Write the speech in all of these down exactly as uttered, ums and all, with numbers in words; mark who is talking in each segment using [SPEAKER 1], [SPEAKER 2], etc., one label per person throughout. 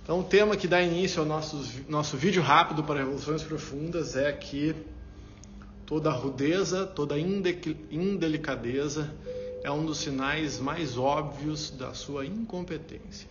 [SPEAKER 1] Então o tema que dá início ao nosso, nosso vídeo rápido para Revoluções Profundas é que toda rudeza, toda indelicadeza é um dos sinais mais óbvios da sua incompetência.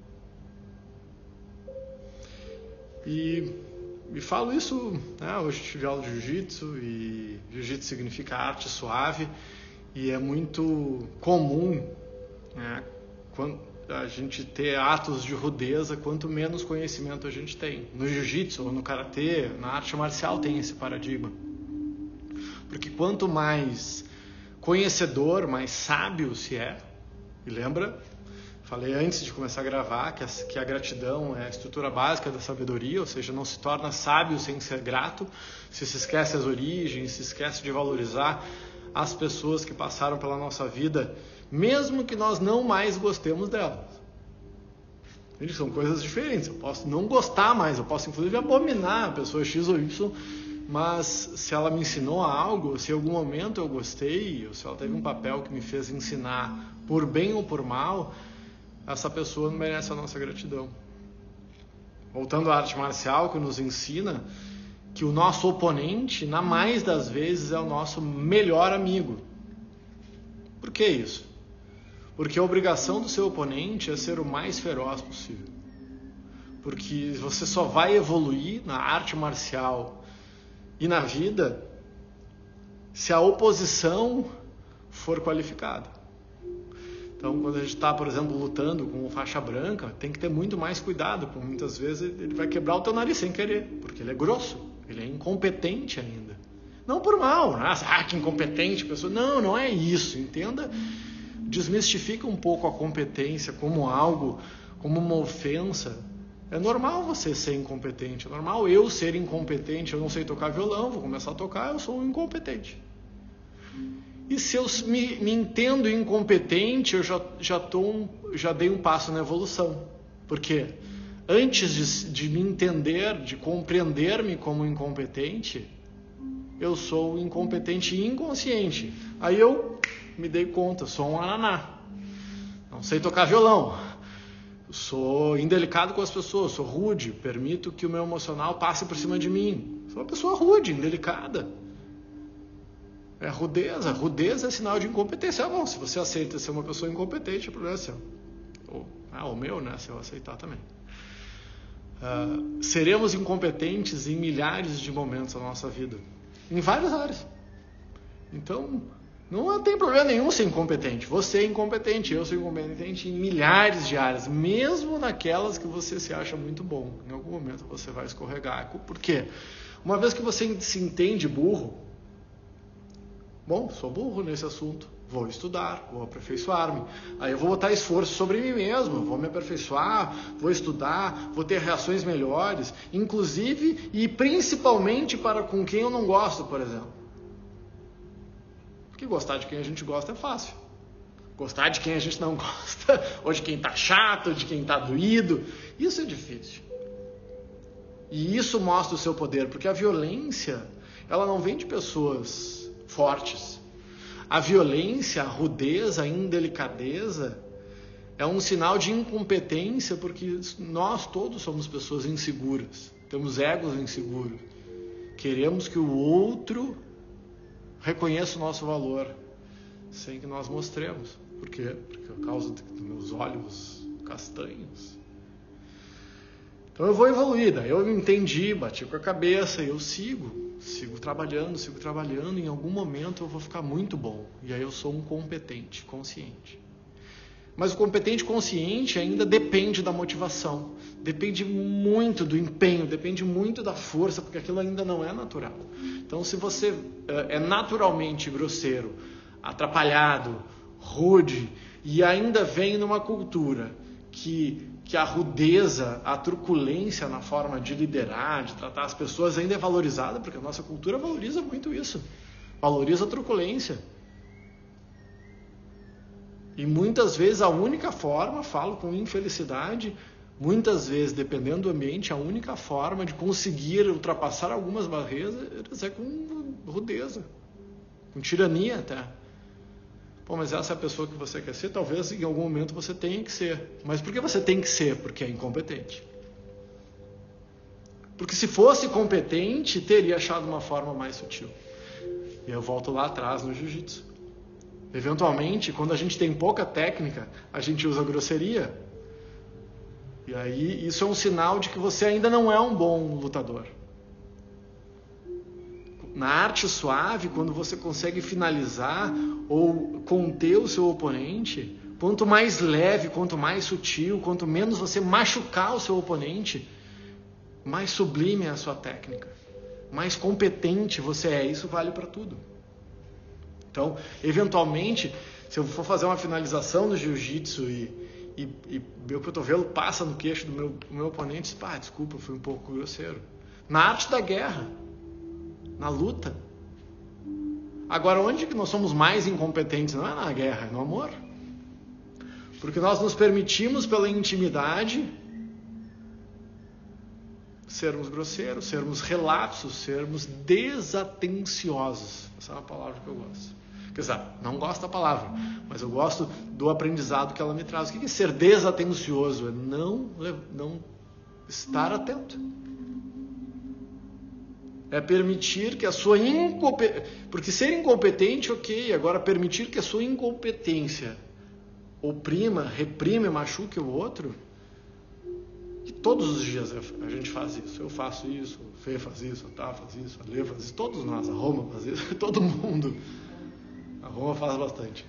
[SPEAKER 1] E, e falo isso, né, hoje tive aula de Jiu-Jitsu, e Jiu-Jitsu significa arte suave, e é muito comum, né, quando a gente ter atos de rudeza, quanto menos conhecimento a gente tem. No Jiu-Jitsu ou no Karatê, na arte marcial tem esse paradigma. Porque quanto mais conhecedor, mais sábio se é, e lembra, falei antes de começar a gravar que a, que a gratidão é a estrutura básica da sabedoria, ou seja, não se torna sábio sem ser grato, se se esquece as origens, se esquece de valorizar as pessoas que passaram pela nossa vida, mesmo que nós não mais gostemos delas. Eles são coisas diferentes, eu posso não gostar mais, eu posso inclusive abominar a pessoa X ou Y, mas se ela me ensinou algo, se em algum momento eu gostei, ou se ela teve um papel que me fez ensinar por bem ou por mal, essa pessoa não merece a nossa gratidão. Voltando à arte marcial, que nos ensina que o nosso oponente, na mais das vezes, é o nosso melhor amigo. Por que isso? Porque a obrigação do seu oponente é ser o mais feroz possível. Porque você só vai evoluir na arte marcial e na vida se a oposição for qualificada. Então, quando a gente está, por exemplo, lutando com o faixa branca, tem que ter muito mais cuidado, porque muitas vezes ele vai quebrar o teu nariz sem querer, porque ele é grosso, ele é incompetente ainda. Não por mal, né? Ah, que incompetente pessoa. Não, não é isso, entenda. Desmistifica um pouco a competência como algo, como uma ofensa. É normal você ser incompetente, é normal eu ser incompetente, eu não sei tocar violão, vou começar a tocar, eu sou um incompetente. E se eu me, me entendo incompetente, eu já, já, tô um, já dei um passo na evolução. Porque antes de, de me entender, de compreender-me como incompetente, eu sou incompetente e inconsciente. Aí eu me dei conta, sou um ananá. Não sei tocar violão. Sou indelicado com as pessoas, sou rude, permito que o meu emocional passe por cima de mim. Sou uma pessoa rude, indelicada. É rudeza. Rudeza é sinal de incompetência. Ah, bom, se você aceita ser uma pessoa incompetente, o problema é seu. Ou, ah, o meu, né? Se eu aceitar também. Uh, seremos incompetentes em milhares de momentos da nossa vida. Em várias áreas. Então, não tem problema nenhum ser incompetente. Você é incompetente, eu sou incompetente em milhares de áreas, mesmo naquelas que você se acha muito bom. Em algum momento você vai escorregar. Por quê? Uma vez que você se entende burro, bom, sou burro nesse assunto, vou estudar, vou aperfeiçoar-me. Aí eu vou botar esforço sobre mim mesmo, vou me aperfeiçoar, vou estudar, vou ter reações melhores, inclusive e principalmente para com quem eu não gosto, por exemplo. Porque gostar de quem a gente gosta é fácil. Gostar de quem a gente não gosta, ou de quem está chato, ou de quem está doído, isso é difícil. E isso mostra o seu poder, porque a violência, ela não vem de pessoas fortes. A violência, a rudeza, a indelicadeza é um sinal de incompetência, porque nós todos somos pessoas inseguras, temos egos inseguros. Queremos que o outro reconheça o nosso valor, sem que nós mostremos. Por quê? Porque por causa dos meus olhos castanhos. Então eu vou evoluir, daí eu entendi, bati com a cabeça, eu sigo, sigo trabalhando, sigo trabalhando, em algum momento eu vou ficar muito bom, e aí eu sou um competente, consciente. Mas o competente consciente ainda depende da motivação, depende muito do empenho, depende muito da força, porque aquilo ainda não é natural. Então, se você é naturalmente grosseiro, atrapalhado, rude, e ainda vem numa cultura que, que a rudeza, a truculência na forma de liderar, de tratar as pessoas ainda é valorizada, porque a nossa cultura valoriza muito isso, valoriza a truculência. E muitas vezes a única forma, falo com infelicidade, muitas vezes, dependendo do ambiente, a única forma de conseguir ultrapassar algumas barreiras é com rudeza, com tirania até. Pô, mas essa é a pessoa que você quer ser? Talvez em algum momento você tenha que ser. Mas por que você tem que ser? Porque é incompetente. Porque se fosse competente, teria achado uma forma mais sutil. E eu volto lá atrás no jiu-jitsu. Eventualmente, quando a gente tem pouca técnica, a gente usa grosseria. E aí isso é um sinal de que você ainda não é um bom lutador. Na arte suave, quando você consegue finalizar ou conter o seu oponente, quanto mais leve, quanto mais sutil, quanto menos você machucar o seu oponente, mais sublime é a sua técnica, mais competente você é. Isso vale para tudo. Então, eventualmente, se eu for fazer uma finalização no jiu-jitsu e, e, e meu cotovelo passa no queixo do meu, do meu oponente, pá, desculpa, fui um pouco grosseiro. Na arte da guerra, na luta. Agora, onde que nós somos mais incompetentes? Não é na guerra, é no amor. Porque nós nos permitimos, pela intimidade, sermos grosseiros, sermos relapsos, sermos desatenciosos. Essa é uma palavra que eu gosto. Quer dizer, não gosto da palavra, mas eu gosto do aprendizado que ela me traz. O que é ser desatencioso? É não, não estar atento. É permitir que a sua incompetência... Porque ser incompetente, ok. Agora, permitir que a sua incompetência oprima, reprime, machuque o outro. E todos os dias a gente faz isso. Eu faço isso, o Fê faz isso, a Tá faz isso, a Lê faz isso. Todos nós, a Roma faz isso. Todo mundo. A Roma faz bastante.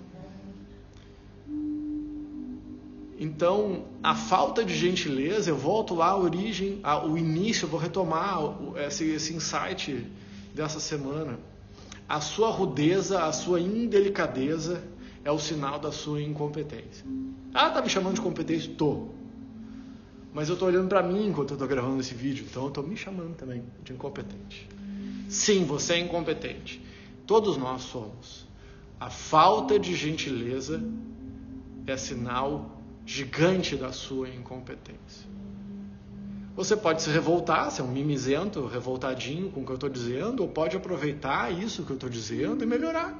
[SPEAKER 1] Então, a falta de gentileza, eu volto lá à origem, ao início, eu vou retomar esse, esse insight dessa semana. A sua rudeza, a sua indelicadeza é o sinal da sua incompetência. Ah, tá me chamando de competente? Tô. Mas eu tô olhando para mim enquanto eu tô gravando esse vídeo, então eu tô me chamando também de incompetente. Sim, você é incompetente. Todos nós somos. A falta de gentileza é sinal gigante da sua incompetência. Você pode se revoltar, ser um mimizento, revoltadinho com o que eu estou dizendo, ou pode aproveitar isso que eu estou dizendo e melhorar.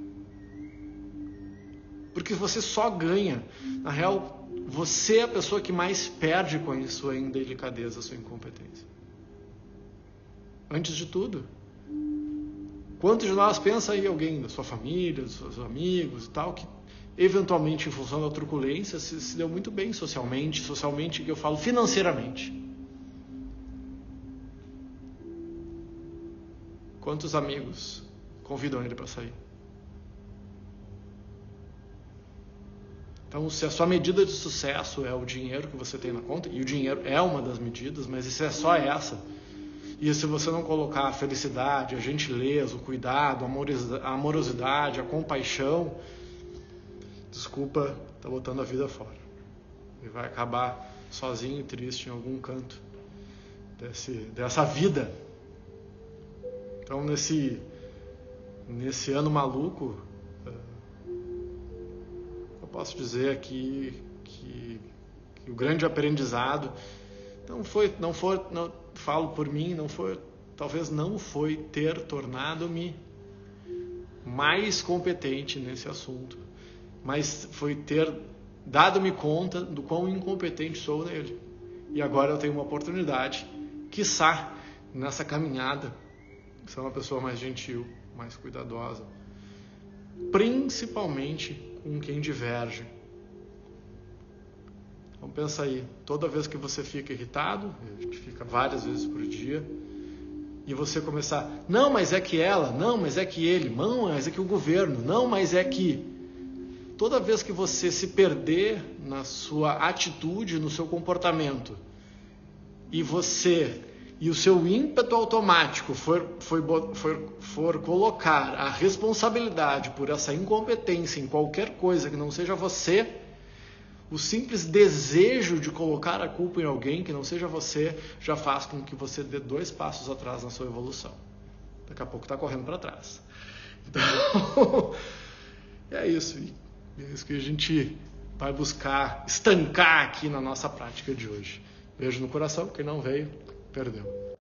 [SPEAKER 1] Porque você só ganha. Na real, você é a pessoa que mais perde com a sua indelicadeza, a sua incompetência. Antes de tudo. Quantos de nós pensa aí alguém da sua família, dos seus amigos e tal, que eventualmente, em função da truculência, se, se deu muito bem socialmente, socialmente que eu falo financeiramente. Quantos amigos convidam ele para sair? Então, se a sua medida de sucesso é o dinheiro que você tem na conta, e o dinheiro é uma das medidas, mas se é só essa, e se você não colocar a felicidade, a gentileza, o cuidado, a amorosidade, a compaixão, desculpa, tá botando a vida fora. E vai acabar sozinho e triste em algum canto desse, dessa vida. Então, nesse, nesse ano maluco, eu posso dizer aqui que, que o grande aprendizado não foi, não foi, não, falo por mim, não foi, talvez não foi ter tornado-me mais competente nesse assunto, mas foi ter dado-me conta do quão incompetente sou nele. E agora eu tenho uma oportunidade, quiçá, nessa caminhada, ser uma pessoa mais gentil, mais cuidadosa, principalmente com quem diverge. Então pensa aí, toda vez que você fica irritado, a gente fica várias vezes por dia, e você começar, não, mas é que ela, não, mas é que ele, não, mas é que o governo, não, mas é que... Toda vez que você se perder na sua atitude, no seu comportamento, e você e o seu ímpeto automático for, for, for, for colocar a responsabilidade por essa incompetência em qualquer coisa que não seja você, o simples desejo de colocar a culpa em alguém que não seja você já faz com que você dê dois passos atrás na sua evolução. Daqui a pouco está correndo para trás. Então, é isso. É isso que a gente vai buscar estancar aqui na nossa prática de hoje. Beijo no coração, quem não veio, perdeu.